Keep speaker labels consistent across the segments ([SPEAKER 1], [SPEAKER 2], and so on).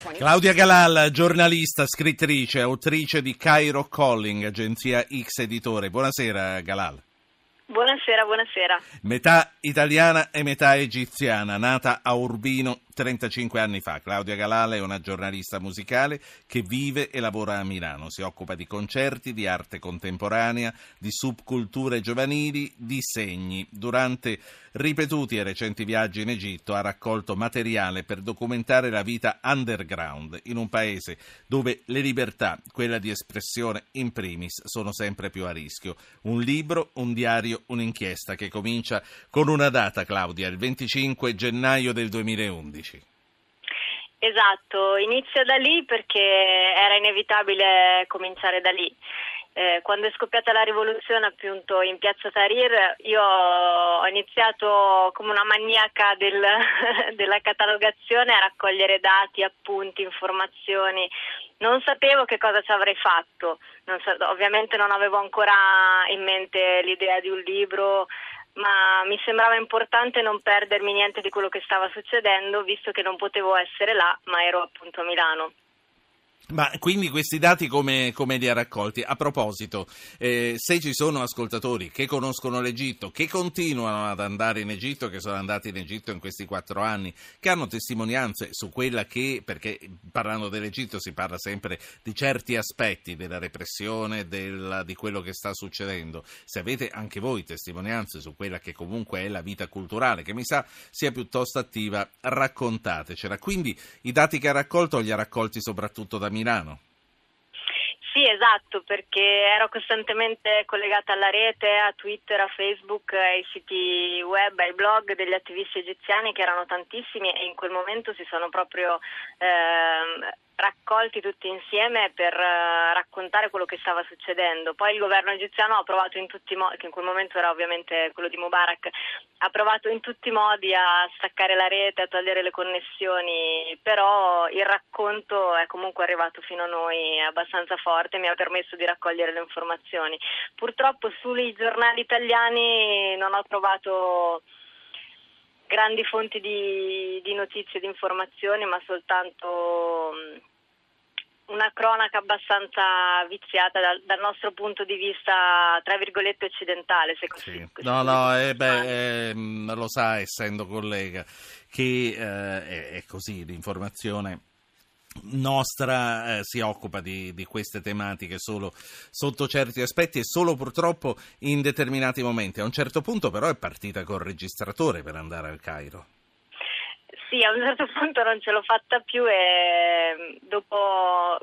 [SPEAKER 1] Claudia Galal, giornalista, scrittrice, autrice di Cairo Calling, agenzia X Editore. Buonasera Galal.
[SPEAKER 2] Buonasera.
[SPEAKER 1] Metà italiana e metà egiziana, nata a Urbino 35 anni fa. Claudia Galal è una giornalista musicale che vive e lavora a Milano. Si occupa di concerti, di arte contemporanea, di subculture giovanili, di segni. Durante ripetuti e recenti viaggi in Egitto ha raccolto materiale per documentare la vita underground in un paese dove le libertà, quella di espressione in primis, sono sempre più a rischio. Un libro, un diario, un'inchiesta che comincia con una data, Claudia, il 25 gennaio del 2011.
[SPEAKER 2] Esatto, inizia da lì perché era inevitabile cominciare da lì. Quando è scoppiata la rivoluzione appunto in piazza Tahrir, io ho iniziato come una maniaca della catalogazione a raccogliere dati, appunti, informazioni. Non sapevo che cosa ci avrei fatto, ovviamente non avevo ancora in mente l'idea di un libro, ma mi sembrava importante non perdermi niente di quello che stava succedendo, visto che non potevo essere là, ma ero appunto a Milano.
[SPEAKER 1] Ma quindi questi dati come li ha raccolti? A proposito, se ci sono ascoltatori che conoscono l'Egitto, che continuano ad andare in Egitto, che sono andati in Egitto in questi 4 anni, che hanno testimonianze su quella che, perché parlando dell'Egitto si parla sempre di certi aspetti della repressione, di quello che sta succedendo, se avete anche voi testimonianze su quella che comunque è la vita culturale, che mi sa sia piuttosto attiva, raccontatecela. Quindi i dati che ha raccolto li ha raccolti soprattutto da Milano?
[SPEAKER 2] Sì, esatto, perché ero costantemente collegata alla rete, a Twitter, a Facebook, ai siti web, ai blog degli attivisti egiziani che erano tantissimi e in quel momento si sono proprio raccolti tutti insieme per raccontare quello che stava succedendo. Poi il governo egiziano ha provato in tutti i modi, che in quel momento era ovviamente quello di Mubarak, ha provato in tutti i modi a staccare la rete, a togliere le connessioni, però il racconto è comunque arrivato fino a noi abbastanza forte, mi ha permesso di raccogliere le informazioni. Purtroppo sui giornali italiani non ho trovato grandi fonti di notizie, di informazioni, ma soltanto una cronaca abbastanza viziata dal nostro punto di vista, tra virgolette, occidentale. Se così,
[SPEAKER 1] sì.
[SPEAKER 2] così
[SPEAKER 1] Lo sa, essendo collega, che è così, l'informazione nostra si occupa di queste tematiche solo sotto certi aspetti e solo purtroppo in determinati momenti. A un certo punto però è partita col registratore per andare al Cairo.
[SPEAKER 2] Sì, a un certo punto non ce l'ho fatta più e dopo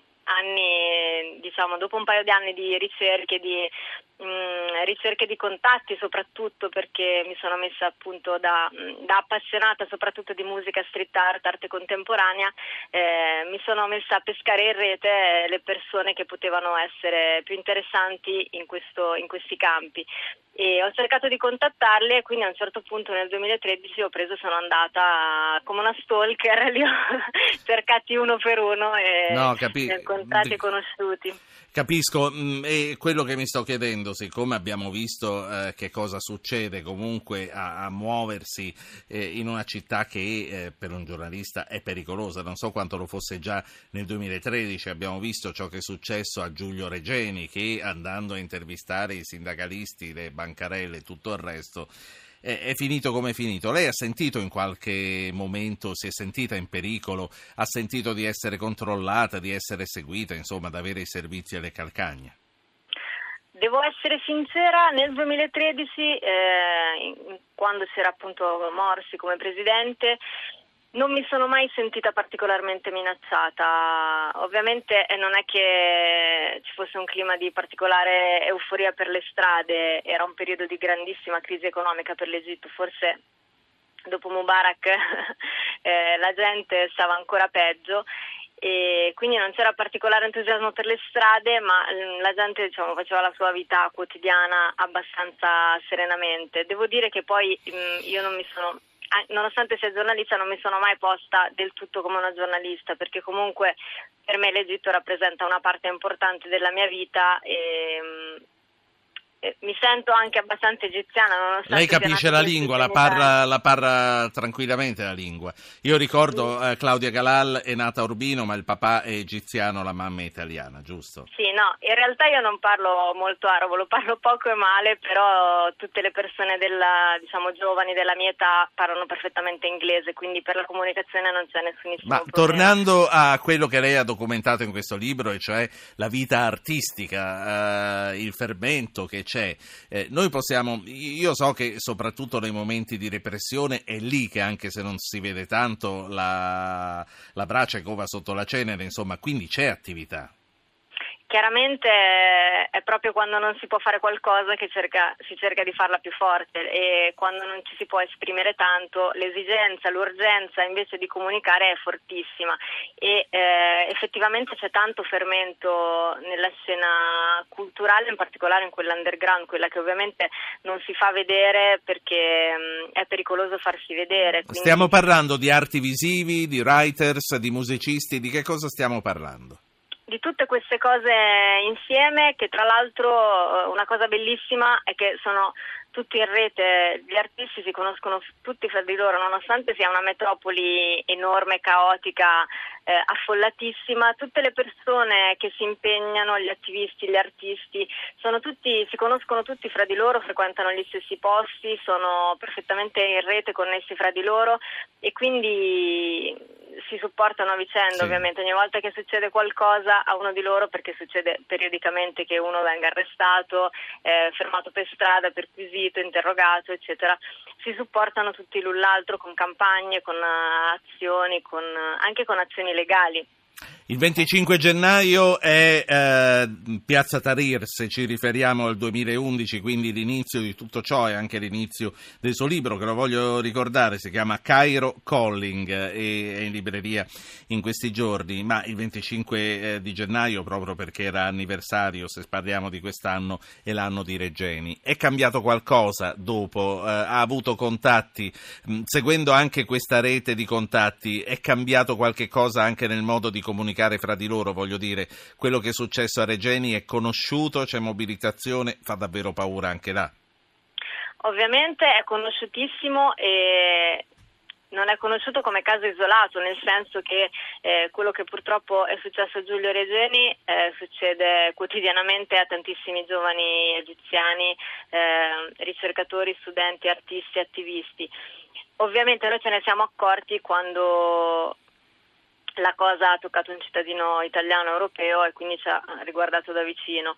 [SPEAKER 2] un paio di anni di ricerche di contatti, soprattutto perché mi sono messa appunto da appassionata soprattutto di musica, street art, arte contemporanea, mi sono messa a pescare in rete le persone che potevano essere più interessanti in questi campi. E ho cercato di contattarle e quindi a un certo punto nel 2013 sono andata come una stalker, li ho cercati uno per uno e li ho incontrati e conosciuti.
[SPEAKER 1] Capisco, e quello che mi sto chiedendo, siccome abbiamo visto che cosa succede comunque a muoversi in una città che per un giornalista è pericolosa, non so quanto lo fosse già nel 2013, abbiamo visto ciò che è successo a Giulio Regeni che andando a intervistare i sindacalisti, le bancarelle e tutto il resto è finito come è finito. Lei ha sentito in qualche momento, si è sentita in pericolo, ha sentito di essere controllata, di essere seguita, insomma, da avere i servizi alle calcagna?
[SPEAKER 2] Devo essere sincera, nel 2013, quando c'era appunto Morsi come presidente, non mi sono mai sentita particolarmente minacciata. Ovviamente non è che ci fosse un clima di particolare euforia per le strade, era un periodo di grandissima crisi economica per l'Egitto, forse dopo Mubarak la gente stava ancora peggio e quindi non c'era particolare entusiasmo per le strade, ma la gente faceva la sua vita quotidiana abbastanza serenamente. Devo dire che poi io non mi sono, nonostante sia giornalista, non mi sono mai posta del tutto come una giornalista, perché comunque per me l'Egitto rappresenta una parte importante della mia vita e mi sento anche abbastanza egiziana, nonostante
[SPEAKER 1] Lei
[SPEAKER 2] sia
[SPEAKER 1] capisce
[SPEAKER 2] nata
[SPEAKER 1] la
[SPEAKER 2] qui in
[SPEAKER 1] lingua, la
[SPEAKER 2] Italia.
[SPEAKER 1] parla tranquillamente la lingua. Io ricordo Claudia Galal è nata a Urbino, ma il papà è egiziano, la mamma è italiana, giusto?
[SPEAKER 2] Sì, no, in realtà io non parlo molto arabo, lo parlo poco e male, però tutte le persone diciamo, giovani della mia età parlano perfettamente inglese, quindi per la comunicazione non c'è nessunissimo
[SPEAKER 1] Ma
[SPEAKER 2] problema.
[SPEAKER 1] tornando a quello che lei ha documentato in questo libro, e cioè la vita artistica, il fermento che c'è, io so che soprattutto nei momenti di repressione è lì che, anche se non si vede tanto, la brace cova sotto la cenere, insomma, quindi c'è attività.
[SPEAKER 2] Chiaramente è proprio quando non si può fare qualcosa che si cerca di farla più forte, e quando non ci si può esprimere tanto l'esigenza, l'urgenza invece di comunicare è fortissima, e effettivamente c'è tanto fermento nella scena culturale, in particolare in quella underground, quella che ovviamente non si fa vedere perché è pericoloso farsi vedere. Quindi
[SPEAKER 1] Stiamo parlando di arti visivi, di writers, di musicisti, di che cosa stiamo parlando?
[SPEAKER 2] di tutte queste cose insieme, che tra l'altro una cosa bellissima è che sono tutti in rete, gli artisti si conoscono tutti fra di loro, nonostante sia una metropoli enorme, caotica, affollatissima. Tutte le persone che si impegnano, gli attivisti, gli artisti, si conoscono tutti fra di loro, frequentano gli stessi posti, sono perfettamente in rete, connessi fra di loro, e quindi si supportano a vicenda.
[SPEAKER 1] Sì.
[SPEAKER 2] Ovviamente ogni volta che succede qualcosa a uno di loro, perché succede periodicamente che uno venga arrestato, fermato per strada, perquisito, interrogato, eccetera, si supportano tutti l'un l'altro con campagne, con azioni, anche con azioni legali.
[SPEAKER 1] Il 25 gennaio è Piazza Tahrir, se ci riferiamo al 2011, quindi l'inizio di tutto ciò e anche l'inizio del suo libro, che lo voglio ricordare, si chiama Cairo Calling, e è in libreria in questi giorni, ma il 25 di gennaio, proprio perché era anniversario, se parliamo di quest'anno, è l'anno di Regeni. È cambiato qualcosa dopo? Ha avuto contatti? Seguendo anche questa rete di contatti, è cambiato qualche cosa anche nel modo di comunicare fra di loro? Voglio dire, quello che è successo a Regeni è conosciuto, c'è mobilitazione, fa davvero paura anche là.
[SPEAKER 2] Ovviamente è conosciutissimo, e non è conosciuto come caso isolato, nel senso che quello che purtroppo è successo a Giulio Regeni succede quotidianamente a tantissimi giovani egiziani, ricercatori, studenti, artisti, attivisti. Ovviamente noi ce ne siamo accorti quando la cosa ha toccato un cittadino italiano europeo, e quindi ci ha riguardato da vicino.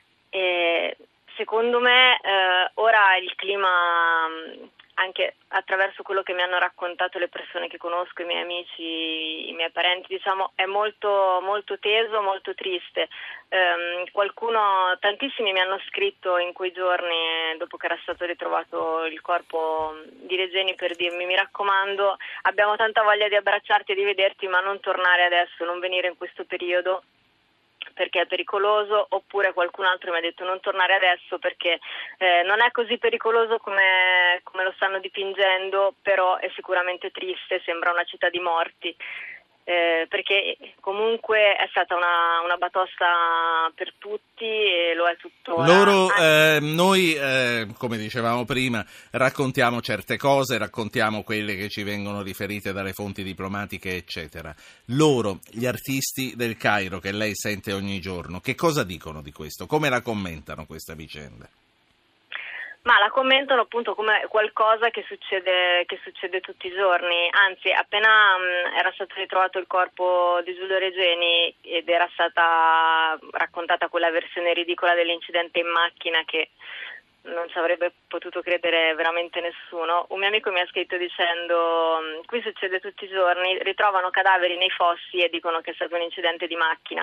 [SPEAKER 2] E secondo me ora il clima, anche attraverso quello che mi hanno raccontato le persone che conosco, i miei amici, i miei parenti, diciamo, è molto, molto teso, molto triste. Tantissimi mi hanno scritto in quei giorni, dopo che era stato ritrovato il corpo di Regeni, per dirmi: mi raccomando, abbiamo tanta voglia di abbracciarti e di vederti, ma non tornare adesso, non venire in questo periodo perché è pericoloso. Oppure qualcun altro mi ha detto: non tornare adesso perché non è così pericoloso come lo stanno dipingendo, però è sicuramente triste, sembra una città di morti. Perché comunque è stata una batosta per tutti, e lo è tuttora.
[SPEAKER 1] Noi, come dicevamo prima, raccontiamo certe cose, raccontiamo quelle che ci vengono riferite dalle fonti diplomatiche, eccetera. Loro, gli artisti del Cairo che lei sente ogni giorno, che cosa dicono di questo? Come la commentano questa vicenda?
[SPEAKER 2] Ma la commentano appunto come qualcosa che succede tutti i giorni. Anzi, appena era stato ritrovato il corpo di Giulio Regeni ed era stata raccontata quella versione ridicola dell'incidente in macchina, che non ci avrebbe potuto credere veramente nessuno, un mio amico mi ha scritto dicendo: qui succede tutti i giorni, ritrovano cadaveri nei fossi e dicono che è stato un incidente di macchina.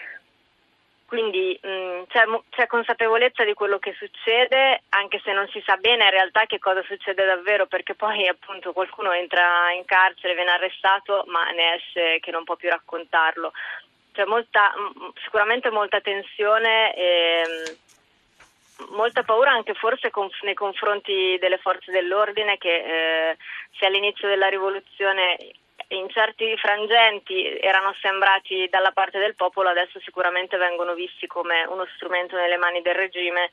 [SPEAKER 2] Quindi c'è consapevolezza di quello che succede, anche se non si sa bene in realtà che cosa succede davvero, perché poi appunto qualcuno entra in carcere, viene arrestato, ma ne esce che non può più raccontarlo. C'è sicuramente molta tensione e molta paura, anche forse nei confronti delle forze dell'ordine, che se all'inizio della rivoluzione in certi frangenti erano sembrati dalla parte del popolo, adesso sicuramente vengono visti come uno strumento nelle mani del regime,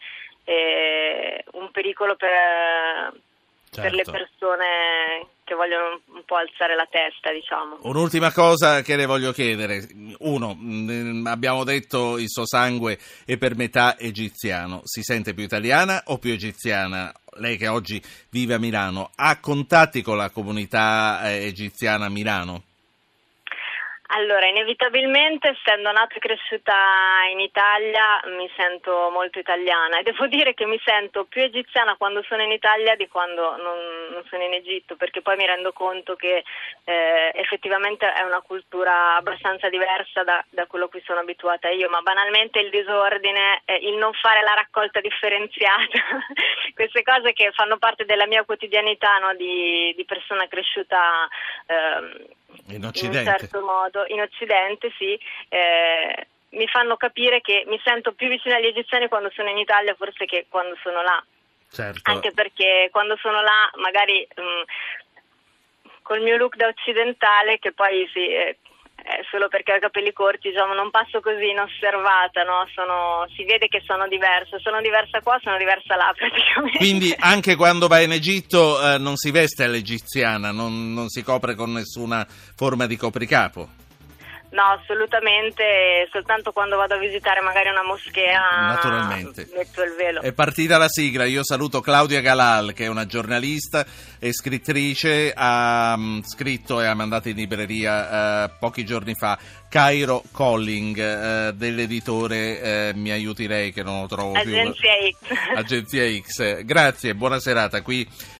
[SPEAKER 2] un pericolo per le persone che vogliono un po' alzare la testa, diciamo.
[SPEAKER 1] Un'ultima cosa che le voglio chiedere. Uno, abbiamo detto il suo sangue è per metà egiziano. Si sente più italiana o più egiziana? Lei che oggi vive a Milano, ha contatti con la comunità egiziana a Milano?
[SPEAKER 2] Allora, inevitabilmente, essendo nata e cresciuta in Italia, mi sento molto italiana e devo dire che mi sento più egiziana quando sono in Italia di quando non sono in Egitto, perché poi mi rendo conto che effettivamente è una cultura abbastanza diversa da quello a cui sono abituata io, ma banalmente il disordine, il non fare la raccolta differenziata, queste cose che fanno parte della mia quotidianità, no, di persona cresciuta
[SPEAKER 1] in Occidente.
[SPEAKER 2] In un certo modo, in Occidente sì, mi fanno capire che mi sento più vicina agli egiziani quando sono in Italia forse che quando sono là.
[SPEAKER 1] Certo.
[SPEAKER 2] Anche perché quando sono là magari col mio look da occidentale, che poi sì, solo perché ho i capelli corti, diciamo, non passo così inosservata, no? Si vede che sono diversa qua, sono diversa là praticamente.
[SPEAKER 1] Quindi anche quando va in Egitto non si veste all'egiziana, non si copre con nessuna forma di copricapo?
[SPEAKER 2] No, assolutamente, soltanto quando vado a visitare magari una moschea
[SPEAKER 1] naturalmente
[SPEAKER 2] metto il velo.
[SPEAKER 1] È partita la sigla, io saluto Claudia Galal che è una giornalista e scrittrice, ha scritto e ha mandato in libreria pochi giorni fa Cairo Calling dell'editore, mi aiuti lei che non lo trovo
[SPEAKER 2] Agenzia
[SPEAKER 1] più.
[SPEAKER 2] X.
[SPEAKER 1] Agenzia X. Grazie, buona serata qui.